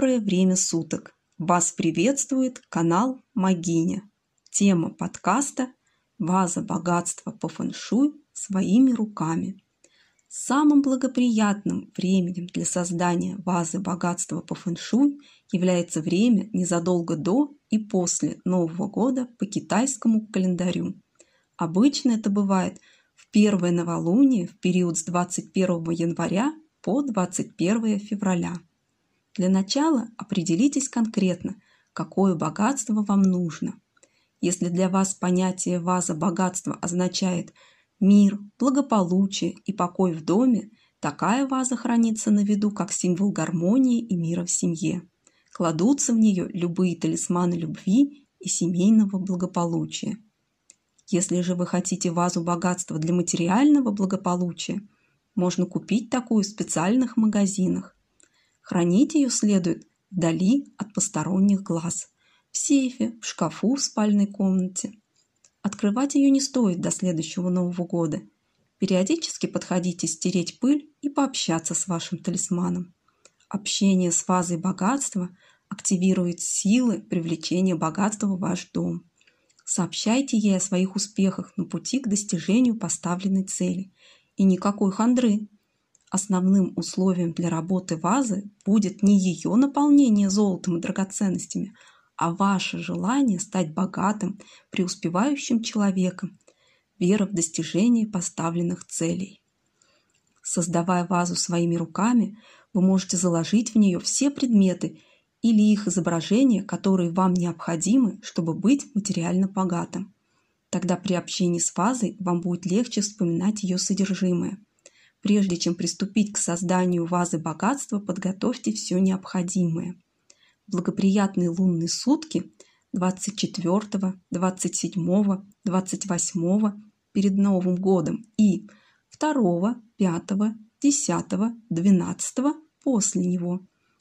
Доброе время суток! Вас приветствует канал Магиня. Тема подкаста «Ваза богатства по фэншуй своими руками». Самым благоприятным временем для создания вазы богатства по фэншуй является время незадолго до и после Нового года по китайскому календарю. Обычно это бывает в первое новолуние в период с 21 января по 21 февраля. Для начала определитесь конкретно, какое богатство вам нужно. Если для вас понятие «ваза богатства» означает мир, благополучие и покой в доме, такая ваза хранится на виду как символ гармонии и мира в семье. Кладутся в нее любые талисманы любви и семейного благополучия. Если же вы хотите вазу богатства для материального благополучия, можно купить такую в специальных магазинах. Хранить ее следует вдали от посторонних глаз, в сейфе, в шкафу в спальной комнате. Открывать ее не стоит до следующего Нового года. Периодически подходите стереть пыль и пообщаться с вашим талисманом. Общение с вазой богатства активирует силы привлечения богатства в ваш дом. Сообщайте ей о своих успехах на пути к достижению поставленной цели. И никакой хандры. Основным условием для работы вазы будет не ее наполнение золотом и драгоценностями, а ваше желание стать богатым, преуспевающим человеком, вера в достижение поставленных целей. Создавая вазу своими руками, вы можете заложить в нее все предметы или их изображения, которые вам необходимы, чтобы быть материально богатым. Тогда при общении с вазой вам будет легче вспоминать ее содержимое. Прежде чем приступить к созданию вазы богатства, подготовьте все необходимое. Благоприятные лунные сутки 24, 27, 28 перед Новым годом и 2, 5, 10, 12 после него.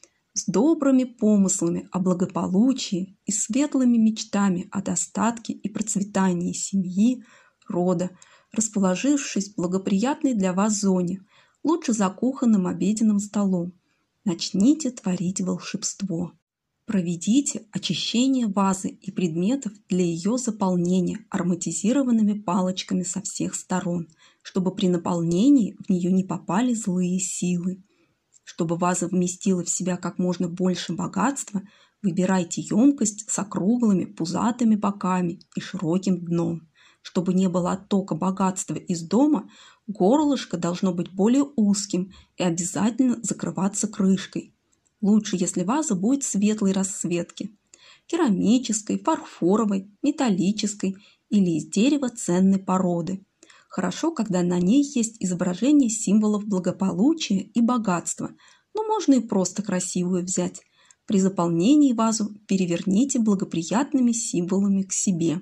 С добрыми помыслами о благополучии и светлыми мечтами о достатке и процветании семьи, рода, расположившись в благоприятной для вас зоне, лучше за кухонным обеденным столом, начните творить волшебство. Проведите очищение вазы и предметов для ее заполнения ароматизированными палочками со всех сторон, чтобы при наполнении в нее не попали злые силы. Чтобы ваза вместила в себя как можно больше богатства, выбирайте емкость с округлыми пузатыми боками и широким дном. Чтобы не было оттока богатства из дома, горлышко должно быть более узким и обязательно закрываться крышкой. Лучше, если ваза будет светлой расцветки – керамической, фарфоровой, металлической или из дерева ценной породы. Хорошо, когда на ней есть изображение символов благополучия и богатства, но можно и просто красивую взять. При заполнении вазу переверните благоприятными символами к себе.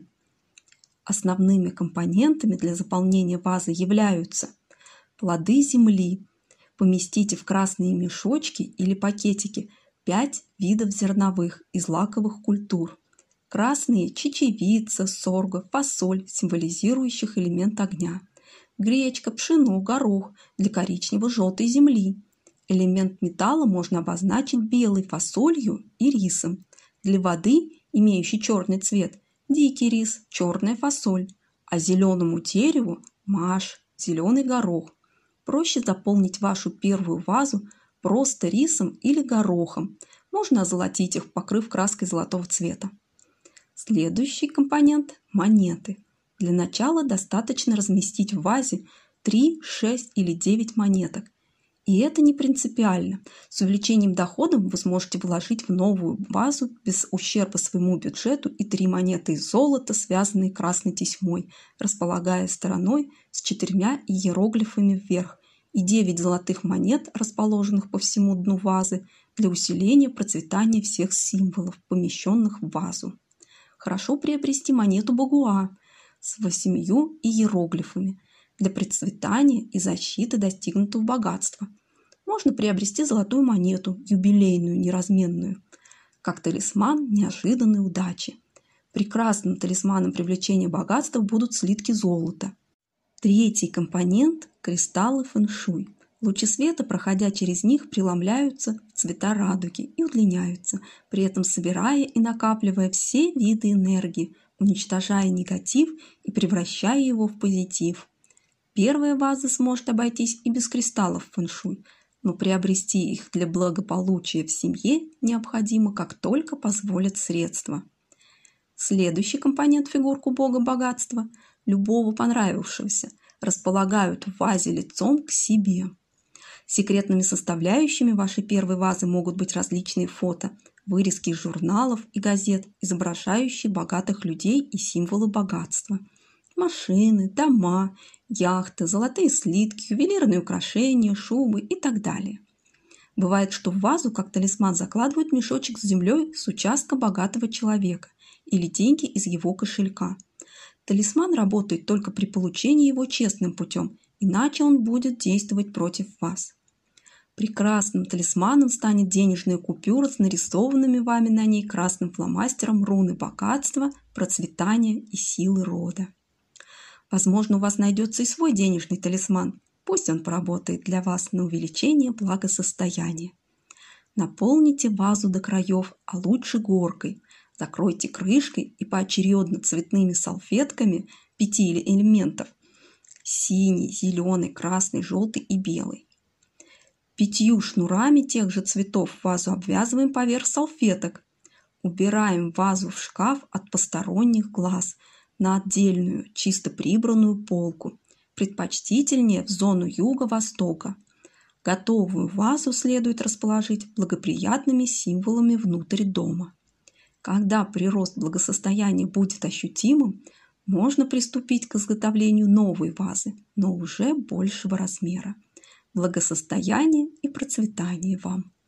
Основными компонентами для заполнения вазы являются плоды земли. Поместите в красные мешочки или пакетики 5 видов зерновых и злаковых культур. Красные – чечевица, сорго, фасоль, символизирующих элемент огня. Гречка, пшено, горох для коричнево-желтой земли. Элемент металла можно обозначить белой фасолью и рисом. Для воды, имеющей черный цвет, дикий рис, черная фасоль, а зеленому дереву – маш, зеленый горох. Проще заполнить вашу первую вазу просто рисом или горохом. Можно озолотить их, покрыв краской золотого цвета. Следующий компонент – монеты. Для начала достаточно разместить в вазе 3, 6 или 9 монеток. И это не принципиально. С увеличением дохода вы сможете вложить в новую вазу без ущерба своему бюджету и 3 монеты из золота, связанные красной тесьмой, располагая стороной с 4 иероглифами вверх, и 9 золотых монет, расположенных по всему дну вазы, для усиления процветания всех символов, помещенных в вазу. Хорошо приобрести монету багуа с 8 иероглифами для процветания и защиты достигнутого богатства. Можно приобрести золотую монету, юбилейную, неразменную, как талисман неожиданной удачи. Прекрасным талисманом привлечения богатства будут слитки золота. Третий компонент – кристаллы фэншуй. Лучи света, проходя через них, преломляются в цвета радуги и удлиняются, при этом собирая и накапливая все виды энергии, уничтожая негатив и превращая его в позитив. Первая ваза сможет обойтись и без кристаллов фэн-шуй, но приобрести их для благополучия в семье необходимо, как только позволят средства. Следующий компонент фигурку бога богатства, любого понравившегося, располагают в вазе лицом к себе. Секретными составляющими вашей первой вазы могут быть различные фото, вырезки из журналов и газет, изображающие богатых людей и символы богатства. Машины, дома, яхты, золотые слитки, ювелирные украшения, шубы и так далее. Бывает, что в вазу как талисман закладывают мешочек с землей с участка богатого человека или деньги из его кошелька. Талисман работает только при получении его честным путем, иначе он будет действовать против вас. Прекрасным талисманом станет денежная купюра с нарисованными вами на ней красным фломастером руны богатства, процветания и силы рода. Возможно, у вас найдется и свой денежный талисман. Пусть он поработает для вас на увеличение благосостояния. Наполните вазу до краев, а лучше горкой. Закройте крышкой и поочередно цветными салфетками 5 элементов – синий, зеленый, красный, желтый и белый. 5 шнурами тех же цветов вазу обвязываем поверх салфеток. Убираем вазу в шкаф от посторонних глаз на отдельную, чисто прибранную полку, предпочтительнее в зону юго-востока. Готовую вазу следует расположить благоприятными символами внутрь дома. Когда прирост благосостояния будет ощутимым, можно приступить к изготовлению новой вазы, но уже большего размера. Благосостояния и процветания вам!